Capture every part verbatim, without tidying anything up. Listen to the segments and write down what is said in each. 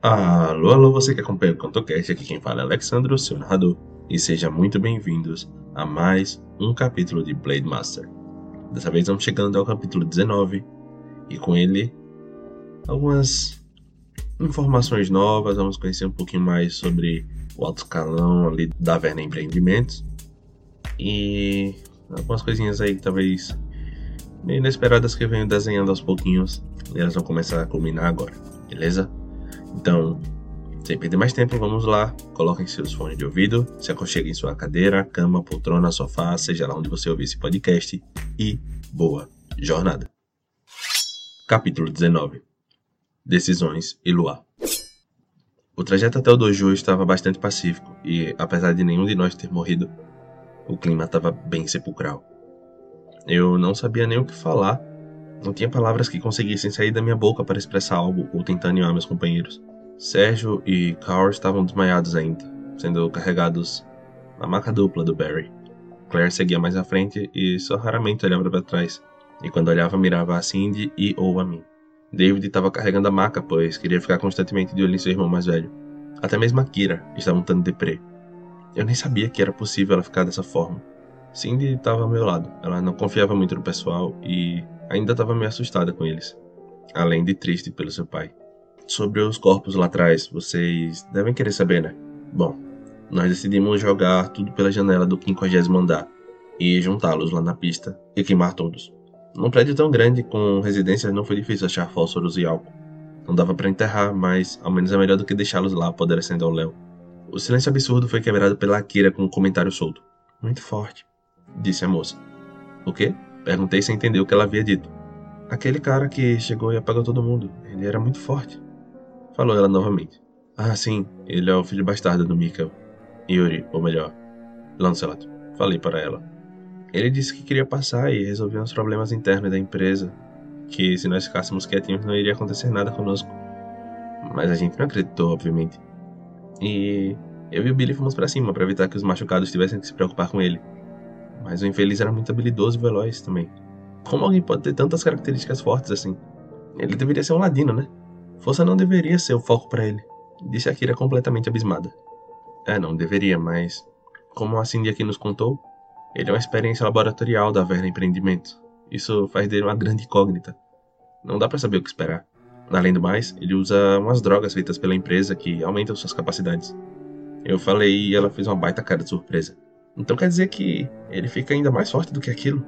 Alô, alô, você que acompanha o CantoCast, aqui quem fala é Alexandre, o seu narrador, e sejam muito bem-vindos a mais um capítulo de Blade Master. Dessa vez vamos chegando ao capítulo dezenove, e com ele algumas informações novas, vamos conhecer um pouquinho mais sobre o alto escalão ali da Averna Empreendimentos, e algumas coisinhas aí talvez meio inesperadas que eu venho desenhando aos pouquinhos, e elas vão começar a culminar agora, beleza? Então, sem perder mais tempo, vamos lá. Coloquem seus fones de ouvido, se aconcheguem em sua cadeira, cama, poltrona, sofá, seja lá onde você ouvir esse podcast, e boa jornada. Capítulo dezenove. Decisões e Luar. O trajeto até o dojo estava bastante pacífico e, apesar de nenhum de nós ter morrido, o clima estava bem sepulcral. Eu não sabia nem o que falar, não tinha palavras que conseguissem sair da minha boca para expressar algo ou tentar animar meus companheiros. Sérgio e Carl estavam desmaiados ainda, sendo carregados na maca dupla do Barry. Claire seguia mais à frente e só raramente olhava para trás, e quando olhava mirava a Cindy e ou a mim. David estava carregando a maca, pois queria ficar constantemente de olho em seu irmão mais velho. Até mesmo a Kira estava um tanto deprê. Eu nem sabia que era possível ela ficar dessa forma. Cindy estava ao meu lado, ela não confiava muito no pessoal e ainda estava meio assustada com eles, além de triste pelo seu pai. Sobre os corpos lá atrás, vocês devem querer saber, né? Bom, nós decidimos jogar tudo pela janela do quinquagésimo andar e juntá-los lá na pista e queimar todos. Num prédio tão grande com residências não foi difícil achar fósforos e álcool. Não dava para enterrar, mas ao menos é melhor do que deixá-los lá apodrecendo ao léu. O silêncio absurdo foi quebrado pela Akira com um comentário solto. Muito forte, disse a moça. O quê? Perguntei sem entender o que ela havia dito. Aquele cara que chegou e apagou todo mundo. Ele era muito forte. Falou ela novamente. Ah, sim, ele é o filho bastardo do Mikkel. Yuri, ou melhor, Lancelot. Falei para ela. Ele disse que queria passar e resolver uns problemas internos da empresa. Que se nós ficássemos quietinhos não iria acontecer nada conosco. Mas a gente não acreditou, obviamente. E eu e o Billy fomos para cima para evitar que os machucados tivessem que se preocupar com ele. Mas o infeliz era muito habilidoso e veloz também. Como alguém pode ter tantas características fortes assim? Ele deveria ser um ladino, né? Força não deveria ser o foco para ele, disse Akira completamente abismada. É, não deveria, mas, como a Cindy aqui nos contou, ele é uma experiência laboratorial da Averna Empreendimentos. Isso faz dele uma grande incógnita. Não dá para saber o que esperar. Além do mais, ele usa umas drogas feitas pela empresa que aumentam suas capacidades. Eu falei e ela fez uma baita cara de surpresa. Então quer dizer que ele fica ainda mais forte do que aquilo?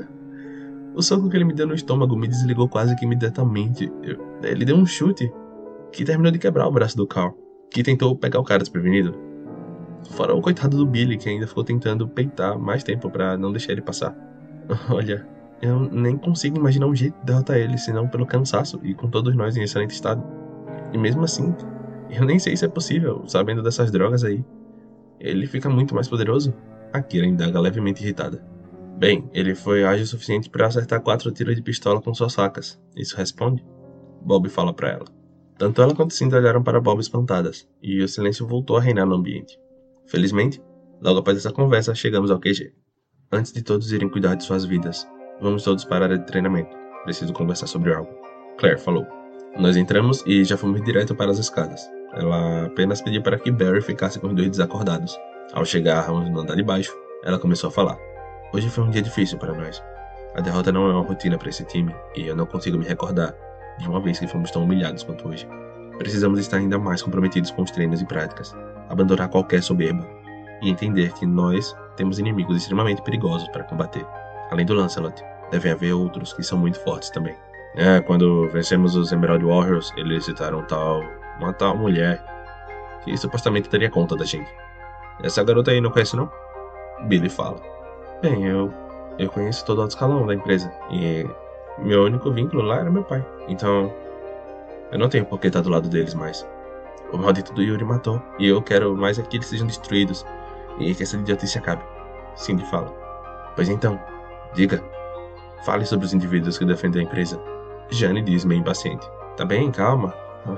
O soco que ele me deu no estômago me desligou quase que imediatamente. Eu, ele deu um chute que terminou de quebrar o braço do Carl, que tentou pegar o cara desprevenido. Fora o coitado do Billy, que ainda ficou tentando peitar mais tempo pra não deixar ele passar. Olha, eu nem consigo imaginar um jeito de derrotar ele, senão pelo cansaço e com todos nós em excelente estado. E mesmo assim, eu nem sei se é possível, sabendo dessas drogas aí. Ele fica muito mais poderoso? Akira indaga levemente irritada. Bem, ele foi ágil o suficiente para acertar quatro tiros de pistola com suas facas. Isso responde? Bob fala para ela. Tanto ela quanto Cindy olharam para Bob espantadas, e o silêncio voltou a reinar no ambiente. Felizmente, logo após essa conversa, chegamos ao Q G. Antes de todos irem cuidar de suas vidas, vamos todos para a área de treinamento. Preciso conversar sobre algo. Claire falou. Nós entramos e já fomos direto para as escadas. Ela apenas pediu para que Barry ficasse com os dois desacordados. Ao chegarmos no andar de baixo, ela começou a falar. Hoje foi um dia difícil para nós. A derrota não é uma rotina para esse time, e eu não consigo me recordar de uma vez que fomos tão humilhados quanto hoje. Precisamos estar ainda mais comprometidos com os treinos e práticas, abandonar qualquer soberba, e entender que nós temos inimigos extremamente perigosos para combater. Além do Lancelot, devem haver outros que são muito fortes também. É, quando vencemos os Emerald Warriors, eles citaram tal, uma tal mulher, que supostamente daria conta da gente. Essa garota aí não conhece não? Billy fala. Bem, eu, eu conheço todo o alto escalão da empresa, e meu único vínculo lá era meu pai, então eu não tenho por que estar do lado deles mais. O maldito do Yuri matou, e eu quero mais é que eles sejam destruídos, e que essa idiotice acabe. Cindy fala. Pois então, diga. Fale sobre os indivíduos que defendem a empresa. Jane diz meio impaciente. Tá bem, calma.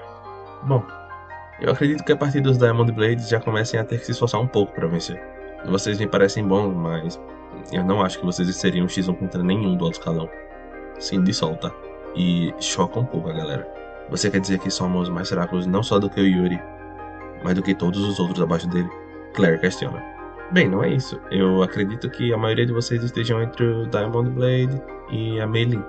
Bom, eu acredito que a partir dos Diamond Blades já comecem a ter que se esforçar um pouco para vencer. Vocês me parecem bons, mas eu não acho que vocês seriam um xis um contra nenhum do alto escalão. Cindy solta, e choca um pouco a galera. Você quer dizer que somos mais fracos não só do que o Yuri, mas do que todos os outros abaixo dele? Claire questiona. Bem, não é isso. Eu acredito que a maioria de vocês estejam entre o Diamond Blade e a Mei Lin,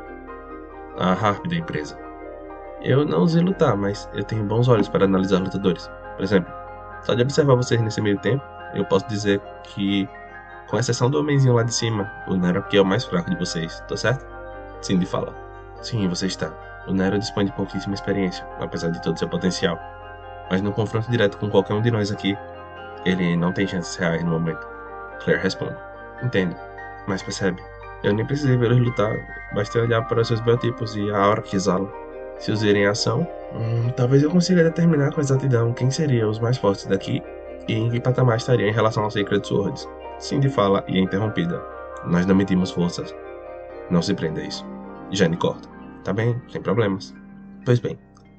a Harp da empresa. Eu não usei lutar, mas eu tenho bons olhos para analisar lutadores. Por exemplo, só de observar vocês nesse meio tempo, eu posso dizer que, com exceção do homenzinho lá de cima, o Nero aqui é o mais fraco de vocês, tá certo? Cindy fala. Sim, você está. O Nero dispõe de pouquíssima experiência, apesar de todo seu potencial. Mas no confronto direto com qualquer um de nós aqui, ele não tem chances reais no momento. Claire responde. Entendo, mas percebe, eu nem precisei vê-los lutar, basta olhar para seus biotipos e a aura que exalam. Se os verem em ação, hum, talvez eu consiga determinar com exatidão quem seriam os mais fortes daqui e em que patamar estaria em relação ao Sacred Swords. Cindy fala e é interrompida. Nós não medimos forças. Não se prenda a isso. Jane corta. Tá bem, sem problemas. Pois bem,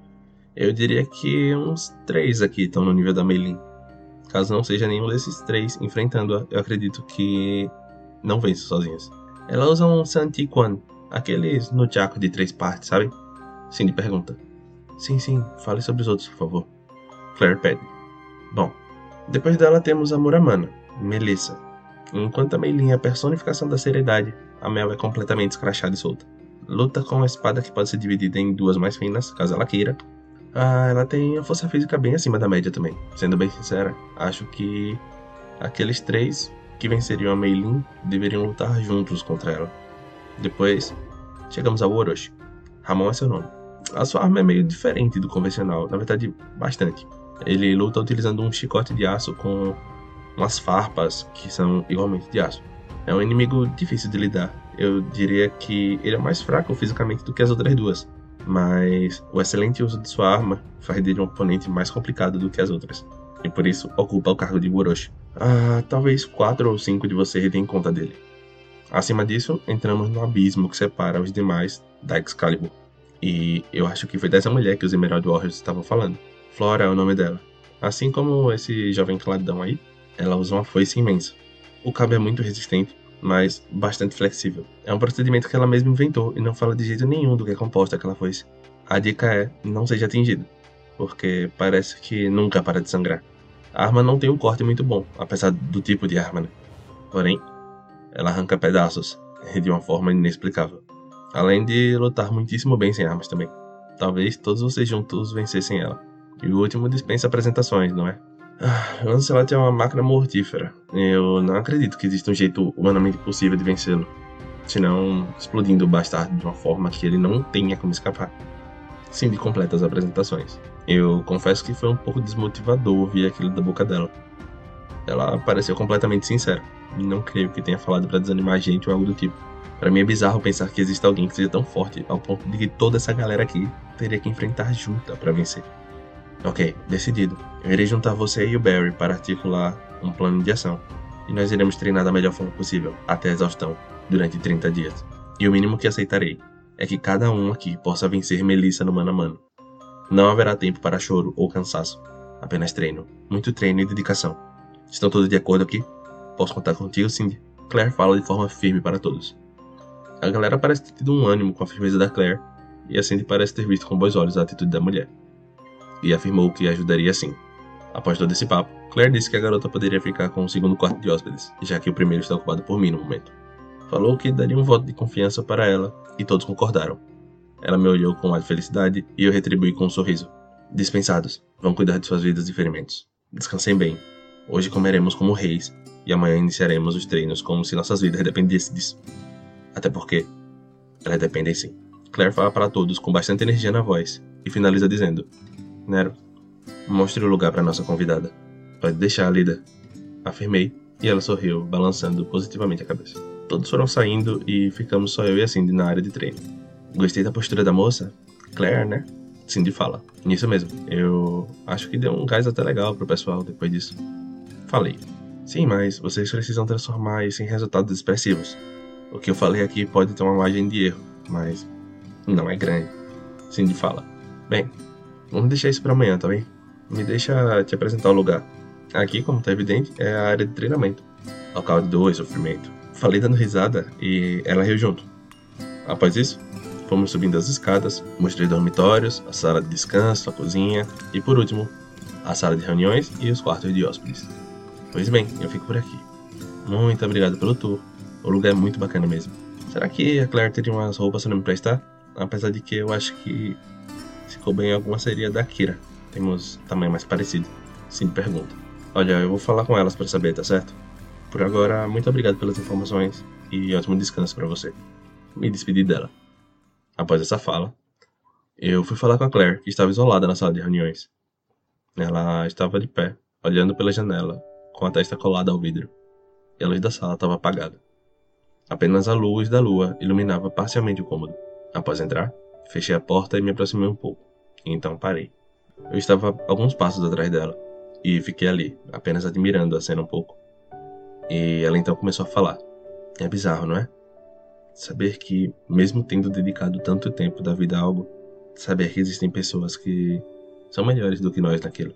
eu diria que uns três aqui estão no nível da Mei Lin. Caso não seja nenhum desses três enfrentando-a, eu acredito que não vence sozinhos. Ela usa um Santi Quan, aqueles nunchaku de três partes, sabe? Cindy pergunta. Sim, sim, fale sobre os outros, por favor. Claire pede. Bom, depois dela temos a Muramana, Melissa. Enquanto a Mei Lin é a personificação da seriedade, a Mel é completamente escrachada e solta. Luta com uma espada que pode ser dividida em duas mais finas, caso ela queira. Ah, ela tem a força física bem acima da média também. Sendo bem sincera, acho que aqueles três que venceriam a Mei Lin deveriam lutar juntos contra ela. Depois, chegamos ao Orochi. Ramon é seu nome. A sua arma é meio diferente do convencional, na verdade, bastante. Ele luta utilizando um chicote de aço com umas farpas que são igualmente de aço. É um inimigo difícil de lidar. Eu diria que ele é mais fraco fisicamente do que as outras duas, mas o excelente uso de sua arma faz dele um oponente mais complicado do que as outras, e por isso ocupa o cargo de Orochi. Ah, talvez quatro ou cinco de vocês deem conta dele. Acima disso, entramos no abismo que separa os demais da Excalibur. E eu acho que foi dessa mulher que os Emerald Warriors estavam falando. Flora é o nome dela. Assim como esse jovem cladão aí, ela usa uma foice imensa. O cabo é muito resistente, mas bastante flexível. É um procedimento que ela mesma inventou e não fala de jeito nenhum do que é composta aquela foice. A dica é, não seja atingida, porque parece que nunca para de sangrar. A arma não tem um corte muito bom, apesar do tipo de arma, né? Porém, ela arranca pedaços, de uma forma inexplicável. Além de lutar muitíssimo bem sem armas também. Talvez todos vocês juntos vencessem ela. E o último dispensa apresentações, não é? Ah, Lancelot é uma máquina mortífera. Eu não acredito que exista um jeito humanamente possível de vencê-lo. Senão, explodindo o bastardo de uma forma que ele não tenha como escapar. Cindy completa as apresentações. Eu confesso que foi um pouco desmotivador ouvir aquilo da boca dela. Ela pareceu completamente sincera. Não creio que tenha falado pra desanimar a gente ou algo do tipo. Pra mim é bizarro pensar que existe alguém que seja tão forte ao ponto de que toda essa galera aqui teria que enfrentar junta pra vencer. Ok, decidido. Eu irei juntar você e o Barry para articular um plano de ação. E nós iremos treinar da melhor forma possível, até a exaustão, durante trinta dias. E o mínimo que aceitarei é que cada um aqui possa vencer Melissa no mano a mano. Não haverá tempo para choro ou cansaço. Apenas treino. Muito treino e dedicação. Estão todos de acordo aqui? Posso contar contigo, Cindy? Claire fala de forma firme para todos. A galera parece ter tido um ânimo com a firmeza da Claire, e a Cindy parece ter visto com bons olhos a atitude da mulher. E afirmou que ajudaria sim. Após todo esse papo, Claire disse que a garota poderia ficar com o segundo quarto de hóspedes, já que o primeiro está ocupado por mim no momento. Falou que daria um voto de confiança para ela, e todos concordaram. Ela me olhou com ar de felicidade, e eu retribuí com um sorriso. Dispensados, vão cuidar de suas vidas e ferimentos. Descansem bem. Hoje comeremos como reis, e amanhã iniciaremos os treinos como se nossas vidas dependessem disso. Até porque elas dependem sim. Claire fala para todos com bastante energia na voz, e finaliza dizendo: Nero, mostre o lugar para nossa convidada. Pode deixar, líder. Afirmei, e ela sorriu, balançando positivamente a cabeça. Todos foram saindo e ficamos só eu e a Cindy na área de treino. Gostei da postura da moça? Claire, né? Cindy fala. Isso mesmo, eu acho que deu um gás até legal pro pessoal depois disso. Falei. Sim, mas vocês precisam transformar isso em resultados expressivos. O que eu falei aqui pode ter uma margem de erro, mas não é grande. Cindy fala. Bem, vamos deixar isso pra amanhã, tá bem? Me deixa te apresentar o lugar. Aqui, como tá evidente, é a área de treinamento. Local de dor e sofrimento. Falei dando risada e ela riu junto. Após isso, Fomos subindo as escadas, mostrei dormitórios, a sala de descanso, a cozinha e, por último, a sala de reuniões e os quartos de hóspedes. Pois bem, eu fico por aqui. Muito obrigado pelo tour. O lugar é muito bacana mesmo. Será que a Claire teria umas roupas para me emprestar? Apesar de que eu acho que se couber em alguma seria da Kira. Temos tamanho mais parecido. Sim, pergunta. Olha, eu vou falar com elas para saber, tá certo? Por agora, muito obrigado pelas informações e ótimo descanso para você. Me despedi dela. Após essa fala, eu fui falar com a Claire, que estava isolada na sala de reuniões. Ela estava de pé, olhando pela janela, com a testa colada ao vidro, e a luz da sala estava apagada. Apenas a luz da lua iluminava parcialmente o cômodo. Após entrar, fechei a porta e me aproximei um pouco, e então parei. Eu estava a alguns passos atrás dela, e fiquei ali, apenas admirando a cena um pouco. E ela então começou a falar. É bizarro, não é? Saber que, mesmo tendo dedicado tanto tempo da vida a algo, saber que existem pessoas que são melhores do que nós naquilo.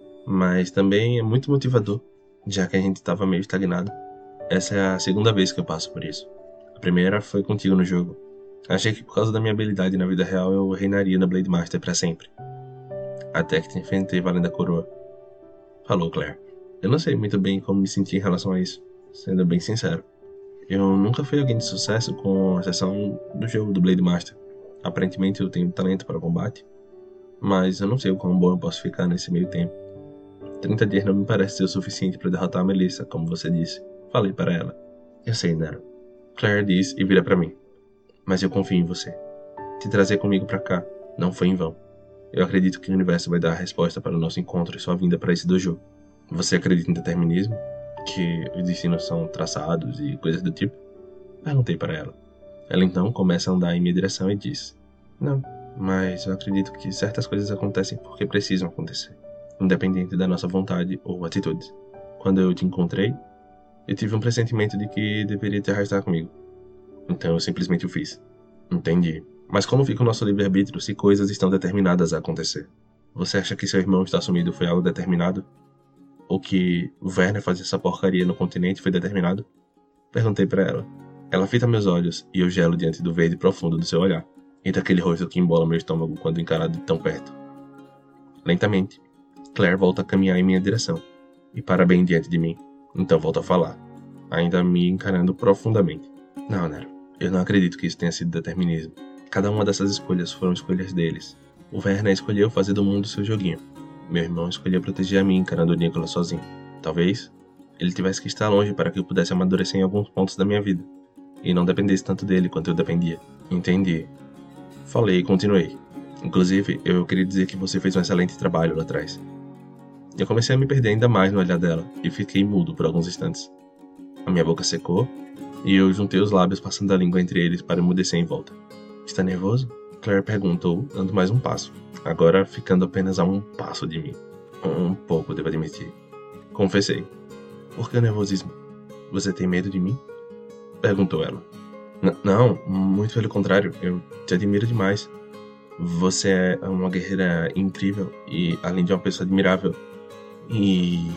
Mas também é muito motivador, já que a gente estava meio estagnado. Essa é a segunda vez que eu passo por isso. A primeira foi contigo no jogo. Achei que por causa da minha habilidade na vida real eu reinaria na Blade Master para sempre. Até que te enfrentei valendo a coroa. Falou, Claire. Eu não sei muito bem como me sentir em relação a isso, sendo bem sincero. Eu nunca fui alguém de sucesso, com exceção do jogo do Blade Master. Aparentemente eu tenho talento para o combate, mas eu não sei o quão bom eu posso ficar nesse meio tempo. trinta dias não me parece ser o suficiente para derrotar a Melissa, como você disse. Falei para ela. Eu sei, Nero. Claire diz e vira para mim. Mas eu confio em você. Te trazer comigo para cá não foi em vão. Eu acredito que o universo vai dar a resposta para o nosso encontro e sua vinda para esse dojo. Você acredita em determinismo? Que os destinos são traçados e coisas do tipo? Perguntei para ela. Ela então começa a andar em minha direção e diz: Não, mas eu acredito que certas coisas acontecem porque precisam acontecer, independente da nossa vontade ou atitudes. Quando eu te encontrei, eu tive um pressentimento de que deveria te arrastar comigo. Então eu simplesmente o fiz. Entendi. Mas como fica o nosso livre-arbítrio se coisas estão determinadas a acontecer? Você acha que seu irmão estar sumido foi algo determinado? Ou que o Werner fazer essa porcaria no continente foi determinado? Perguntei para ela. Ela fita meus olhos e eu gelo diante do verde profundo do seu olhar, e daquele rosto que embola meu estômago quando encarado de tão perto. Lentamente, Claire volta a caminhar em minha direção, e para bem diante de mim. Então volta a falar, ainda me encarando profundamente. Não, Nero, eu não acredito que isso tenha sido determinismo. Cada uma dessas escolhas foram escolhas deles. O Werner escolheu fazer do mundo seu joguinho. Meu irmão escolheu proteger a mim encarando o Nicholas sozinho. Talvez ele tivesse que estar longe para que eu pudesse amadurecer em alguns pontos da minha vida, e não dependesse tanto dele quanto eu dependia. Entendi. Falei e continuei. Inclusive, eu queria dizer que você fez um excelente trabalho lá atrás. Eu comecei a me perder ainda mais no olhar dela, e fiquei mudo por alguns instantes. A minha boca secou, e eu juntei os lábios passando a língua entre eles para emudecer em volta. Está nervoso? Claire perguntou, dando mais um passo, agora ficando apenas a um passo de mim. Um pouco, devo admitir. Confessei. Por que o nervosismo? Você tem medo de mim? Perguntou ela. N- não, muito pelo contrário, eu te admiro demais. Você é uma guerreira incrível e, além de uma pessoa admirável. E...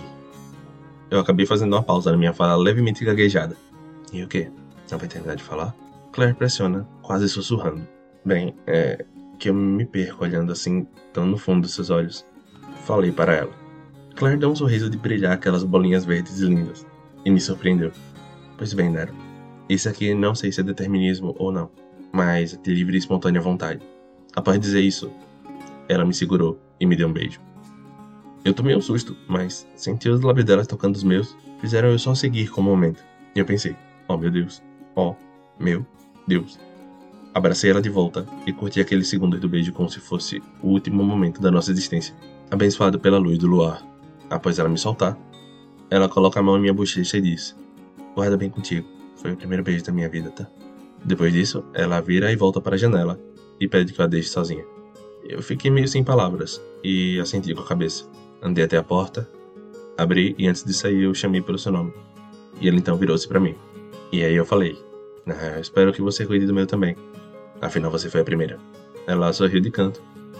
Eu acabei fazendo uma pausa na minha fala levemente gaguejada. E o quê? Não vai terminar de falar? Claire pressiona, quase sussurrando. Bem, é que eu me perco olhando assim, tão no fundo dos seus olhos. Falei para ela. Claire deu um sorriso de brilhar aquelas bolinhas verdes e lindas, e me surpreendeu. Pois bem, Nero, isso aqui não sei se é determinismo ou não, mas é de livre e espontânea vontade. Após dizer isso, ela me segurou e me deu um beijo. Eu tomei um susto, mas senti os lábios dela tocando os meus, fizeram eu só seguir com o momento. E eu pensei, oh meu Deus, oh meu Deus. Abracei ela de volta e curti aqueles segundos do beijo como se fosse o último momento da nossa existência, abençoado pela luz do luar. Após ela me soltar, ela coloca a mão em minha bochecha e diz: Guarda bem contigo, foi o primeiro beijo da minha vida, tá? Depois disso, ela vira e volta para a janela e pede que eu a deixe sozinha. Eu fiquei meio sem palavras e assenti com a cabeça. Andei até a porta, abri e antes de sair eu chamei pelo seu nome. E ele então virou-se para mim. E aí eu falei: ah, espero que você cuide do meu também. Afinal você foi a primeira. Ela sorriu de canto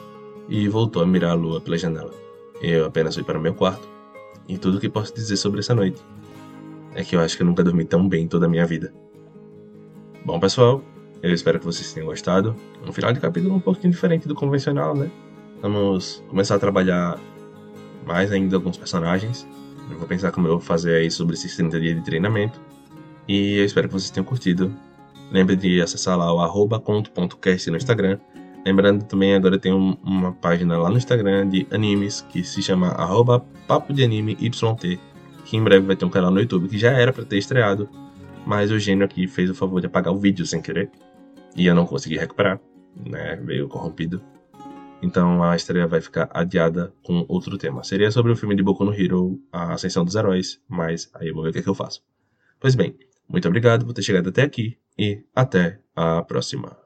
e voltou a mirar a lua pela janela. Eu apenas fui para o meu quarto. E tudo o que posso dizer sobre essa noite é que eu acho que eu nunca dormi tão bem em toda a minha vida. Bom, pessoal, Eu espero que vocês tenham gostado. Um final de capítulo um pouquinho diferente do convencional, né? Vamos começar a trabalhar mais ainda alguns personagens. Eu vou pensar como eu vou fazer aí sobre esses trinta dias de treinamento. E eu espero que vocês tenham curtido. Lembre de acessar lá o arroba conto ponto cast no Instagram. Lembrando também, agora tem um, uma página lá no Instagram de animes que se chama arroba papo de anime yt, que em breve vai ter um canal no YouTube que já era para ter estreado, mas o gênio aqui fez o favor de apagar o vídeo sem querer e eu não consegui recuperar, né? Veio corrompido. Então a estreia vai ficar adiada com outro tema. Seria sobre o filme de Boku no Hero, A Ascensão dos Heróis, mas aí eu vou ver o que, é que eu faço. Pois bem, muito obrigado por ter chegado até aqui e até a próxima.